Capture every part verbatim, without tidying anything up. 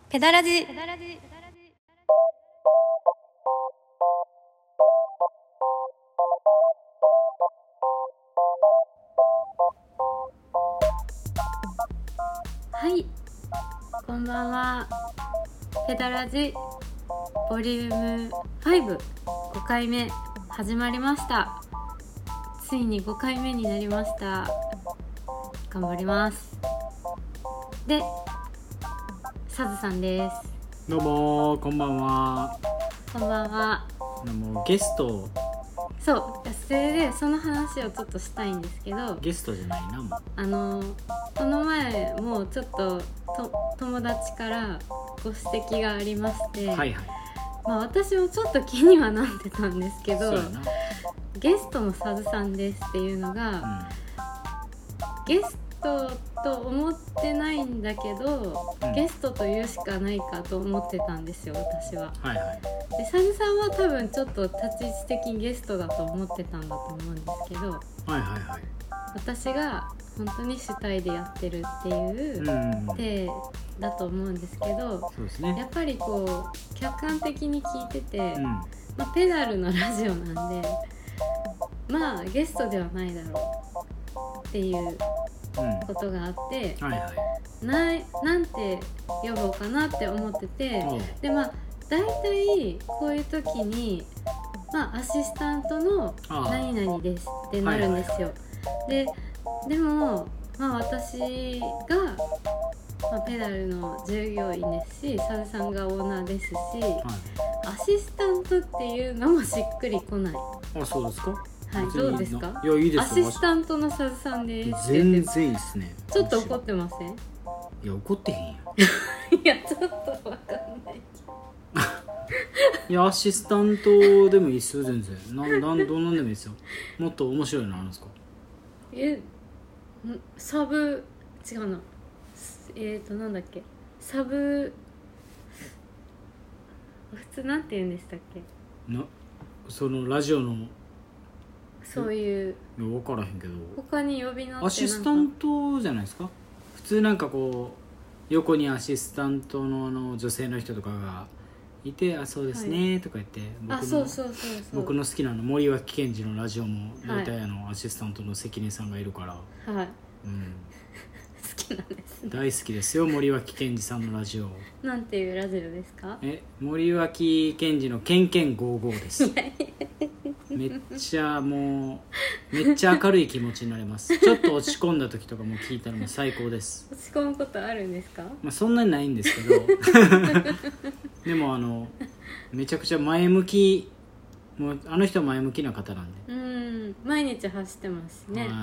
ペダラジ。はい、こんばんは。ペダラジボリュームご、ごかいめ始まりました。ついにごかいめになりました。頑張ります。で、サズさんです。 どうもこんばんは。 こんばんは。 もうゲストそうそれでその話をちょっとしたいんですけど、 ゲストじゃないな、もうあのこの前もちょっとと友達からご指摘がありまして、 はいはい、 まあ、私もちょっと気にはなってたんですけど、 そうやな、 ゲストのサズさんですっていうのが、うん、ゲストと思ってないんだけど、うん、ゲストというしかないかと思ってたんですよ、私は。 はいはい、 でサズさんは多分ちょっと立ち位置的にゲストだと思ってたんだと思うんですけど、 はいはいはい、 私が本当に主体でやってるっていう体だと思うんですけど、 そうですね、 やっぱりこう客観的に聞いてて、 うん、 まあ、ペダルのラジオなんで、まあゲストではないだろうっていうことがあって、うん、はいはい、な, なんて呼ぼうかなって思ってて、でまあだいたいこういう時に、まあ、アシスタントの何々ですってなるんですよ、はいはいはい、で, でも、まあ、私が、まあ、ペダルの従業員ですし、サズさんがオーナーですし、はい、アシスタントっていうのもしっくりこない。 あ、そうですか。 はい、どうですか。 いや、いいですよ。 アシスタントのサズさんです。 全然いいですね。 ちょっと怒ってません？いや、怒ってへんやん。 いや、ちょっとわかんない。 いや、アシスタントでもいいっすよ、全然。なんなんどうなんでもいいですよ。もっと面白いのあるんですか。 え、サブ違うな。えーとなんだっけ。サブ普通なんて言うんでしたっけ。 な、そのラジオのそういう。 いや、分からへんけど。 他に呼び名ってなんかアシスタントじゃないですか。普通なんかこう横にアシスタント の, あの女性の人とかがいて、あ、そうですね、はい、とか言って、僕 の, あ、そうそうそうそう、 僕の好きなの森脇健児のラジオも大体あの、はい、アシスタントの関根さんがいるから、はい、うん、 好きなんですね。 大好きですよ、森脇健児さんのラジオ。 なんていうラジオですか。 え、森脇健児のケンケンゴーゴーです。めっちゃもうめっちゃ明るい気持ちになれます。ちょっと落ち込んだ時とかも聞いたらもう最高です。 落ち込むことあるんですか。 まあ、そんなにないんですけどでもあのめちゃくちゃ前向き、もうあの人は前向きな方なんで、うん、 毎日走ってますね。 はい、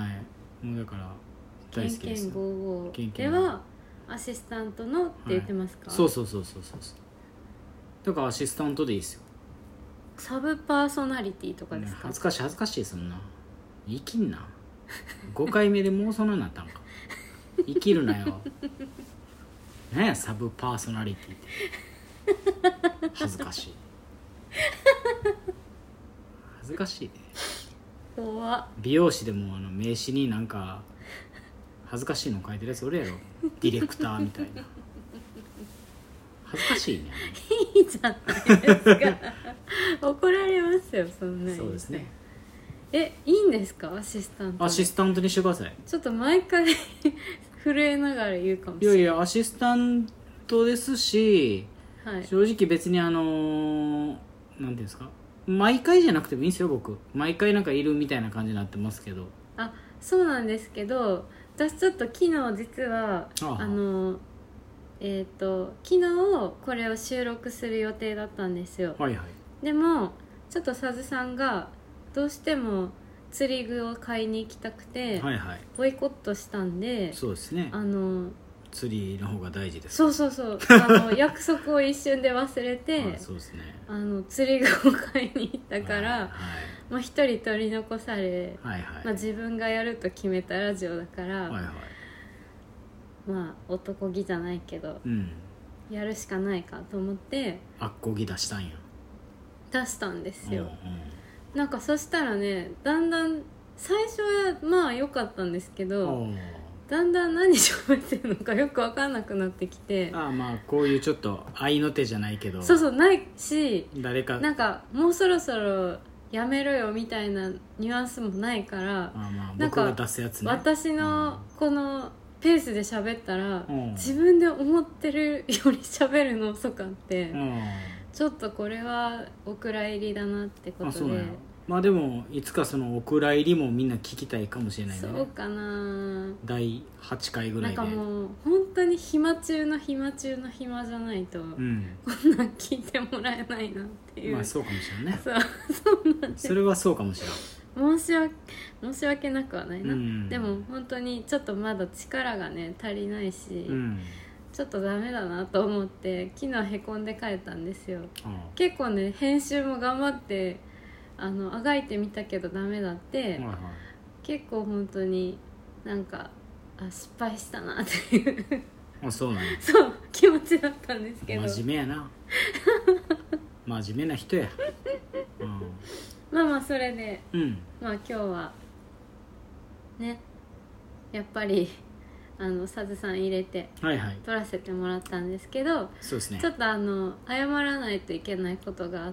もうだから大好きですよ。 ケンケンゴーゴーではアシスタントのって言ってますか。 はい、そうそうそうそうそう、だからアシスタントでいいですよ。 サブパーソナリティとかですか。 恥ずかしい恥ずかしい、そんな生きんな。ごかいめでもうそんなになったんか。生きるなよ。何やサブパーソナリティって恥ずかしい恥ずかしいね。 怖っ。 美容師でもあの名刺になんか恥ずかしいの書いてるやつおるやろ、ディレクターみたいな。恥ずかしいね。 いいじゃないですか。怒られますよ、そんなに。 そうですね。 え、いいんですか、アシスタント。 アシスタントにしてください。 ちょっと毎回震えながら言うかもしれない。 いやいや、アシスタントですし、はい、正直別にあのー、なんていうんですか、毎回じゃなくてもいいんですよ。僕毎回なんかいるみたいな感じになってますけど。 あ、そうなんですけど、私ちょっと昨日実はああ、あのーえー、と昨日これを収録する予定だったんですよ、はいはい、でもちょっとサズさんがどうしても釣り具を買いに行きたくて、はいはい、ボイコットしたんで。 そうですね、 あの釣りの方が大事です。 そうそうそう、あの約束を一瞬で忘れてあ、そうですね、あの釣り具を買いに行ったから、はいはい、まあ、一人取り残され、はいはい、まあ、自分がやると決めたラジオだから、はいはい、まあ男気じゃないけど、うん、やるしかないかと思ってあっこぎ出したんや。 出したんですよ、うんうん、なんかそしたらね、だんだん最初はまあ良かったんですけど、 だんだん何喋ってるのかよく分かんなくなってきて、 ああまあこういうちょっと愛の手じゃないけど、 そうそうないし、 誰かなんかもうそろそろやめろよみたいなニュアンスもないから、 まあまあなんか僕が出すやつね、 私のこのペースで喋ったら、 うん、 自分で思ってるより喋るの遅かって、 うん、 ちょっとこれはお蔵入りだなってことで。 あそうなんや。まあでもいつかそのお蔵入りもみんな聞きたいかもしれないね。 そうかな。 だいはちかいぐらいでなんかもう本当に暇中の暇中の暇じゃないと、うん、こんなん聞いてもらえないなっていう。 まあそうかもしれないね。 そうそうなんです。 それはそうかもしれない。 申し訳申し訳なくはないな、うん、でも本当にちょっとまだ力がね足りないし、うん、ちょっとダメだなと思って昨日へこんで帰ったんですよ。結構ね編集も頑張ってあのあがいてみたけどダメだって、はいはい、結構本当になんかあ失敗したなっていうあそうなんやそう気持ちだったんですけど、 真面目やな真面目な人や、うん、 まあまあそれで、 うん、 まあ今日はねやっぱりあのサズさん入れて撮らせてもらったんですけど、はいはい、 そうですね、 ちょっとあの謝らないといけないことがあって、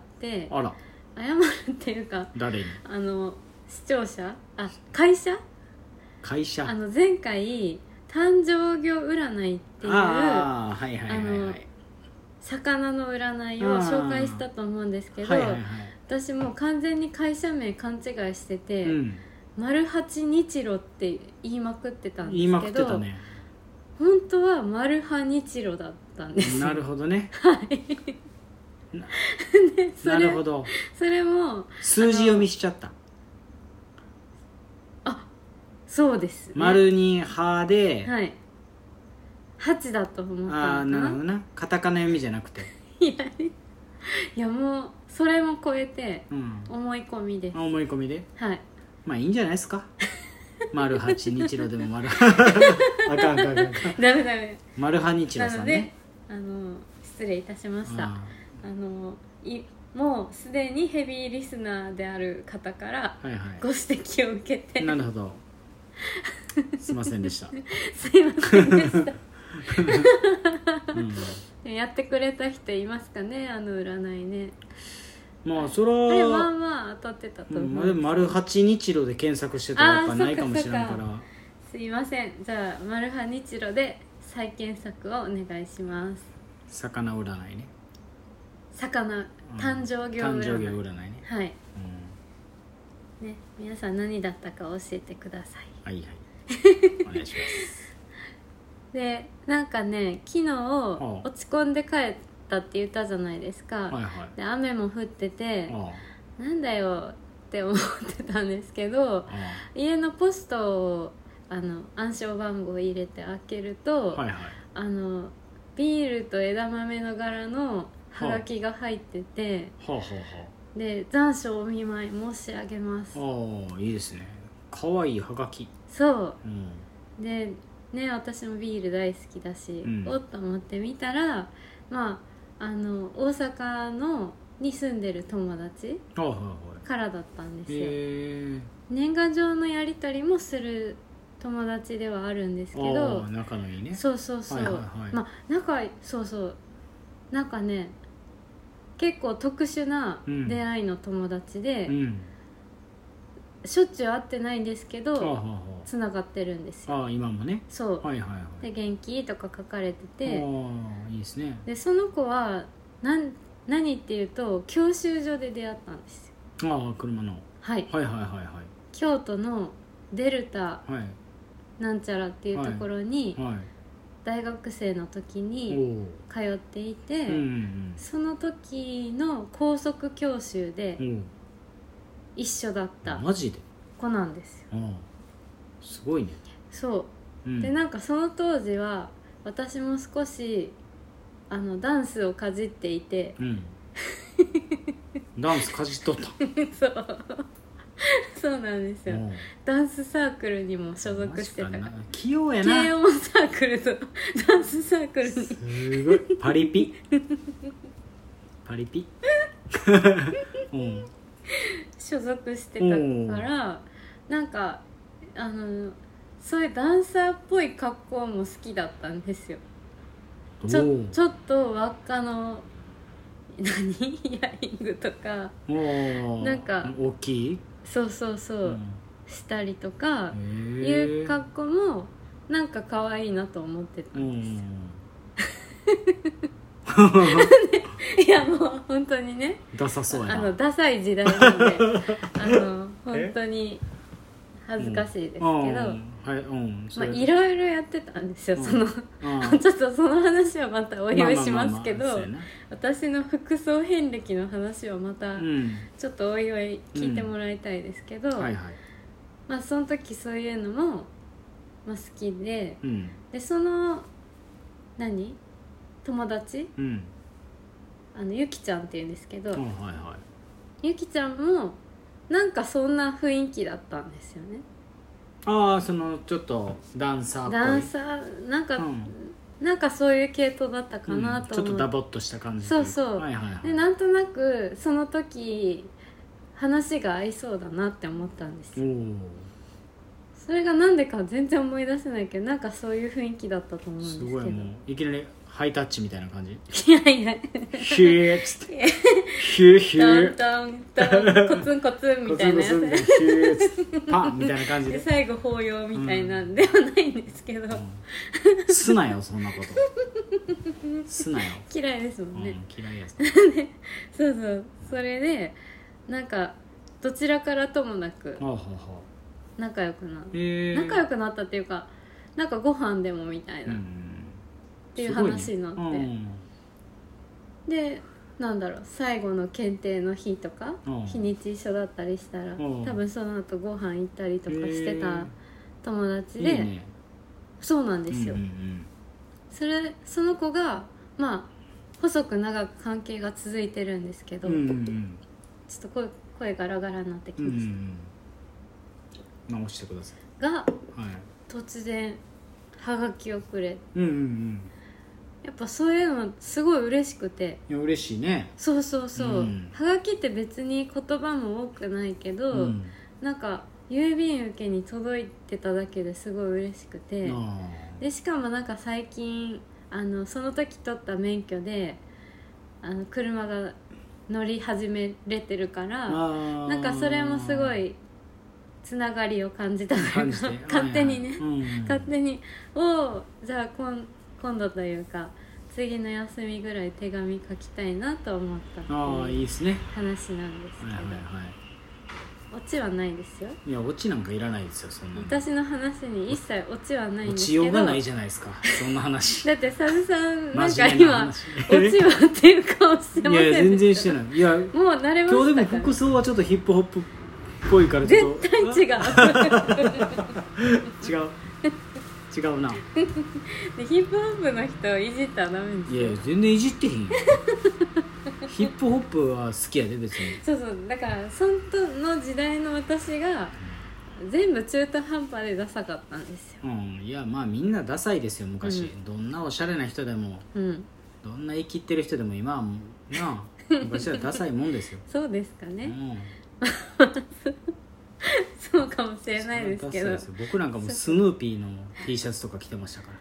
あら謝るっていうか誰にあの視聴者あ会社会社あの前回誕生魚占いっていうあ、はいはいはいはい、あの魚の占いを紹介したと思うんですけど、はいはいはい、私もう完全に会社名勘違いしてて、うん、丸八日露って言いまくってたんですけど、言いまくってたね、本当は丸八日露だったんですよ。 なるほどねはいな, でそれなるほど。 それも数字読みしちゃった。 あそうです、ね、 丸に歯で、 はい、はちだと思ったのかな。 あなるほどな、カタカナ読みじゃなくていやいやもうそれも超えて、うん、思い込みです。 思い込みで、 はい、 まあいいんじゃないですか丸八日露でも丸あかんあかんあかんダメダメ丸八日露さんね、 あの失礼いたしました。ああのいもうすでにヘビーリスナーである方からご指摘を受けて、 はいはい、なるほどすいませんでしたすいませんでした、うん、やってくれた人いますかね、あの占いね。 まあそれはあれまあまあ当たってたと思う、うん、 でも丸八日露で検索してたらやっぱないかもしれないから、 すいません、じゃあ丸八日露で再検索をお願いします。 魚占いね、 魚誕生魚占い、 誕生魚占いね、 はい、うん、ね、皆さん何だったか教えてください。 はいはいお願いしますでなんかね昨日落ち込んで帰ったって言ったじゃないですか、はいはい、で雨も降っててなんだよって思ってたんですけど、家のポストをあの暗証番号を入れて開けると、はいはい、あのビールと枝豆の柄のはがきが入ってて、はあはあはあ、で残暑お見舞い申し上げます。 ああいいですね、かわいいはがき。 そう、うん、でね私もビール大好きだし、うん、おっと思ってみたら、まああの大阪のに住んでる友達からだったんですよ。へ年賀状のやり取りもする友達ではあるんですけど、 仲のいいね。 そうそうそう、はいはいはい、まあ仲そうそうなんかね結構特殊な出会いの友達で、うんうん、しょっちゅう会ってないんですけどつながってるんですよ。 ああ今もね。 そう、はいはいはい、で元気とか書かれてて、 あいいですね。 でその子は何何っていうと教習所で出会ったんですよ。 ああ車の、はい、はいはいはいはい京都のデルタなんちゃらっていうところに、はいはい、大学生の時に通っていて、うんうん、その時の高速教習で一緒だった子なんですよ。 ああすごいね。 そう、うん、でなんかその当時は私も少しあのダンスをかじっていて、うん、 ダンスかじっとったそうそうなんですよ。ダンスサークルにも所属してたから器用やな。 軽音サークルとダンスサークルにすごいパリピパリピうん、所属してたからなんかあのそういうダンサーっぽい格好も好きだったんですよ。ちょ, ちょっと輪っかの何イヤリングとかなんか大きいそうそうそう、うん、したりとかいう格好もなんか可愛いなと思ってたんですよ、うん、いやもう本当にねダサそうやな、 あのダサい時代なんであの本当に恥ずかしいですけど、うんはいうん、まあいろいろやってたんですよ、うん、そのちょっとその話はまたお祝いしますけど、私の服装遍歴の話はまたちょっとお祝い聞いてもらいたいですけど、うんはいはい、まあその時そういうのも、まあ、好きで、うん、でその何友達、うん、あのゆきちゃんっていうんですけど、うんはいはい、ゆきちゃんもなんかそんな雰囲気だったんですよね。 ああそのちょっとダンサーっぽいダンサーなんか、うん、なんかそういう系統だったかなと思う、うん、 ちょっとダボっとした感じそうそう、はいはいはい、でなんとなくその時話が合いそうだなって思ったんですよ。それがなんでか全然思い出せないけどなんかそういう雰囲気だったと思うんですけど、すごいもういきなりハイタッチみたいな感じ。 いやいやヒューっつってヒューヒュートントントンコツンコツンみたいなやつコツンコツンヒューっつってパンみたいな感じでで最後抱擁みたいなんではないんですけど、 うん、すなよそんなことすなよ嫌いですもんね、 うん、嫌いやつそうそうそれでなんかどちらからともなく仲良くなった、えー、仲良くなったっていうかなんかご飯でもみたいな、うんっていう話になって、ねうん、でなんだろう最後の検定の日とか、うん、日にち一緒だったりしたら、うん、多分その後ご飯行ったりとかしてた友達で、えーいいね、そうなんですよ、うんうんうん、それその子がまあ細く長く関係が続いてるんですけど、うんうんうん、ちょっと 声, 声ガラガラになってきました、うんうん、直してくださいが、はい、突然ハガキをくれ、うんうんうんやっぱそういうのすごい嬉しくて。 いや嬉しいね。 そうそうそう、うん、はがきって別に言葉も多くないけど、うん、なんか郵便受けに届いてただけですごい嬉しくて、でしかもなんか最近あのその時取った免許であの車が乗り始めれてるからなんかそれもすごいつながりを感じたというか勝手にね、うんうん、勝手におじゃあ今今度というか次の休みぐらい手紙書きたいなと思ったっていう話なんですけど、はいはいはい、オチはないですよ。 いやオチなんかいらないですよそんなの。 私の話に一切オチはないんですけど。 オチようがないじゃないですかそんな話だってサルさんなんか今オチはっていう顔してませんでした。いや全然してない。いやもう慣れましたから。 今日でも服装はちょっとヒップホップっぽいからちょっと絶対違う違う違うなでヒップホップの人をいじったらダメですよ。 いや全然いじってへんよヒップホップは好きやで別に。 そうそうだからその時代の私が全部中途半端でダサかったんですよ、 うん、いやまあみんなダサいですよ昔、うん、どんなおしゃれな人でも、うん、どんな生きってる人でも今はもうな昔はダサいもんですよそうですかね、うんそうかもしれないですけど僕なんかもうスヌーピーの T シャツとか着てましたから。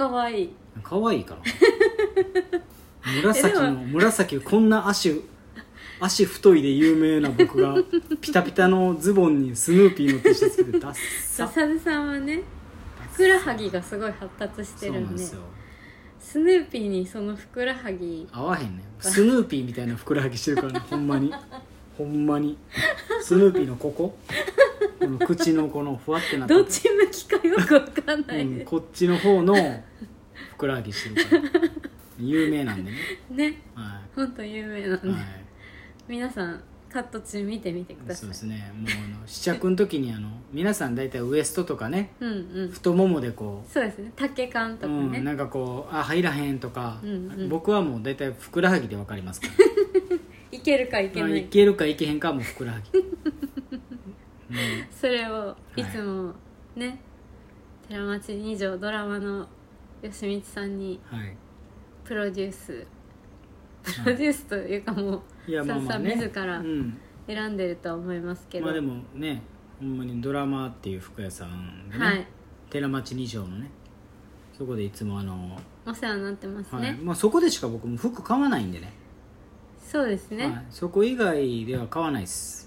かわいいかわいいから紫の紫こんな足足太いで有名な僕がピタピタのズボンにスヌーピーの T シャツ着てダッサ。 サルさんはねふくらはぎがすごい発達してるん で, んですよスヌーピーにそのふくらはぎ合わへんねん。スヌーピーみたいなふくらはぎしてるからねほんまにほんまにスヌーピーのこここの口のこのふわってなったどっち向きかよくわかんない、 うん、こっちの方のふくらはぎしてるから有名なんでねね、はい、ほんと有名なんで、はい、皆さんカット中見てみてください。 そうですねもうあの試着の時にあの皆さん大体ウエストとかね、うんうん、太ももでこうそうですね丈感とかね、 うん、なんかこうあ入らへんとか、うんうん、僕はもう大体ふくらはぎで分かりますからいけるかいけないいけるかいけへんかはもうふくらはぎ、うん、 それをいつもね、はい、寺町二条ドラマの吉光さんにプロデュース、はい、プロデュースというかもうさんさん自ら選んでるとは思いますけど、 まあでもねほんまにドラマっていう服屋さんでね、はい、 寺町二条のね、そこでいつもあのお世話になってますね、 はい、まあ、そこでしか僕も服買わないんでね。 そうですね、 はい、そこ以外では買わないです。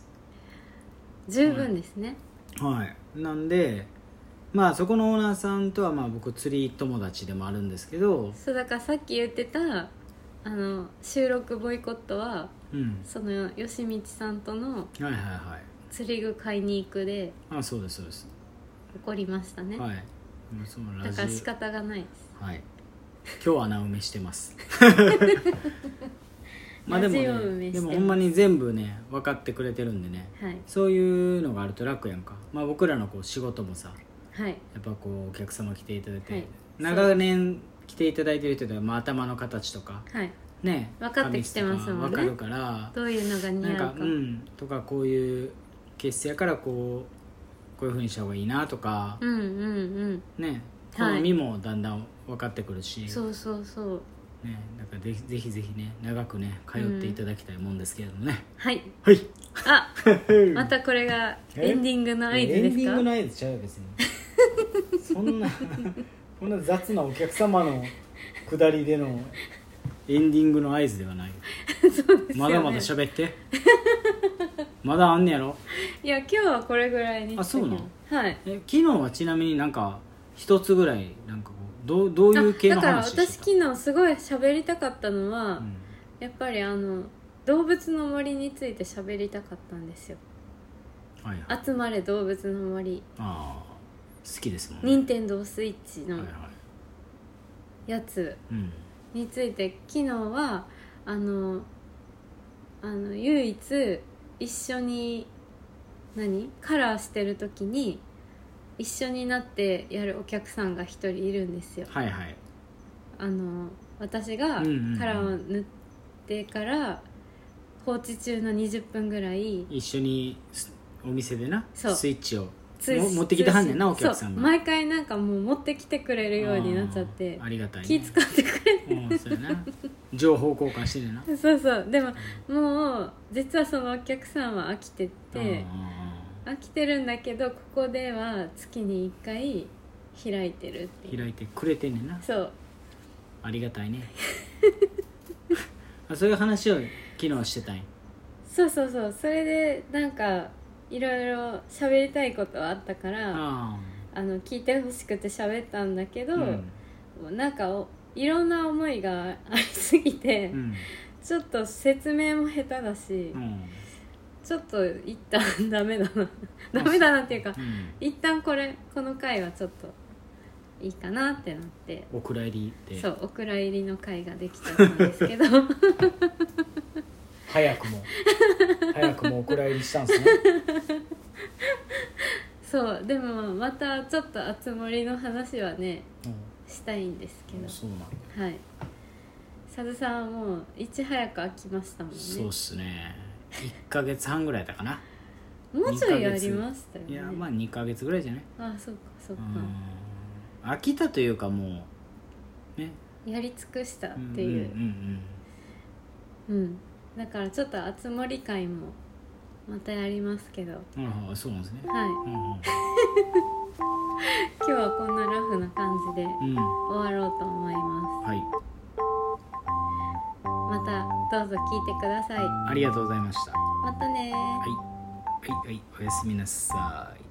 十分ですね、 はい、なんでまあそこのオーナーさんとはまあ僕釣り友達でもあるんですけど、 そうだからさっき言ってたあの収録ボイコットは、 うん、 その吉道さんとのはいはいはい釣り具買いに行くで、 あ、そうですそうです、 起こりましたね、 はい、そのラジだから仕方がないです、 はい、今日は穴埋めしてますまあでもね、でもほんまに全部ね分かってくれてるんでね、 はい、 そういうのがあると楽やんか。まあ僕らのこう仕事もさ、 はい、 やっぱこうお客様来ていただいて、 はい、 長年来ていただいてる人では、まあ、頭の形とか、 はい、 ね、 分かってきてますもんね、 分かるからどういうのが似合うか、 なんか、うん、とかこういう結成やからこうこういう風にした方がいいなとか、 うんうんうんね、好みもだんだん分かってくるし、はい、 そうそうそうね、だからぜひぜひぜひね長くね通っていただきたいもんですけれどもね、 うん、はいはいあまたこれがエンディングの合図ですか？ エンディングの合図ちゃうよ別にそんなこんな雑なお客様の下りでのエンディングの合図ではないそうですよね、 まだまだ喋ってまだあんねやろ。 いや今日はこれぐらいに。 あ、そうなの。 はい。 え昨日はちなみになんか一つぐらいなんかこうどうどういう系の話してた？ だから私昨日すごい喋りたかったのは、うん、やっぱりあの動物の森について喋りたかったんですよ、はいはい、集まれ動物の森。 ああ好きですもんね、 任天堂スイッチのやつについて、昨日はあのあの唯一一緒に何カラーしてる時に一緒になってやるお客さんが一人いるんですよ。 はいはい。 あの私がカラーを塗ってから放置中のにじゅっぷんぐらい一緒にお店でなスイッチを持ってきてはんねんな、お客さんが。 毎回なんかもう持ってきてくれるようになっちゃって、 ありがたい、ね、 気使ってくれて、 うん、そうやな情報交換してるなそうそう。でももう実はそのお客さんは飽きてて飽きてるんだけど、ここでは月にいっかい開いてるっていう。 開いてくれてんねんな。 そう、 ありがたいねあ、そういう話を昨日してたんや。 そうそうそう。それでなんかいろいろ喋りたいことはあったから、ああの聞いてほしくて喋ったんだけど、うん、なんかおいろんな思いがありすぎて、うん、ちょっと説明も下手だし、うん、ちょっと一旦ダメだなダメだなっていうか、うん、一旦これこの回はちょっといいかなってなって、 お蔵入りで、 そうお蔵入りの回ができちゃったんですけど早くも早くもお蔵入りしたんですねそうでもまたちょっとあつ森の話はね、うん、したいんですけど。 そうなんだ。 はい。さずさんはもういち早く飽きましたもんね。 そうっすね。いっかげつはんぐらいだかな。 もうちょいやりましたよね。 いやまあにかげつぐらいじゃない。 ああそうかそうか。 飽きたというかもうねやり尽くしたっていう。うんうんうん、うん、だからちょっとあつ森会もまたやりますけど。ああそうなんですね。 はい、うんうん、今日はこんなラフな感じで終わろうと思います、うん、はい。またどうぞ聞いてください。 ありがとうございました。 またね。 はいはいはい、おやすみなさい。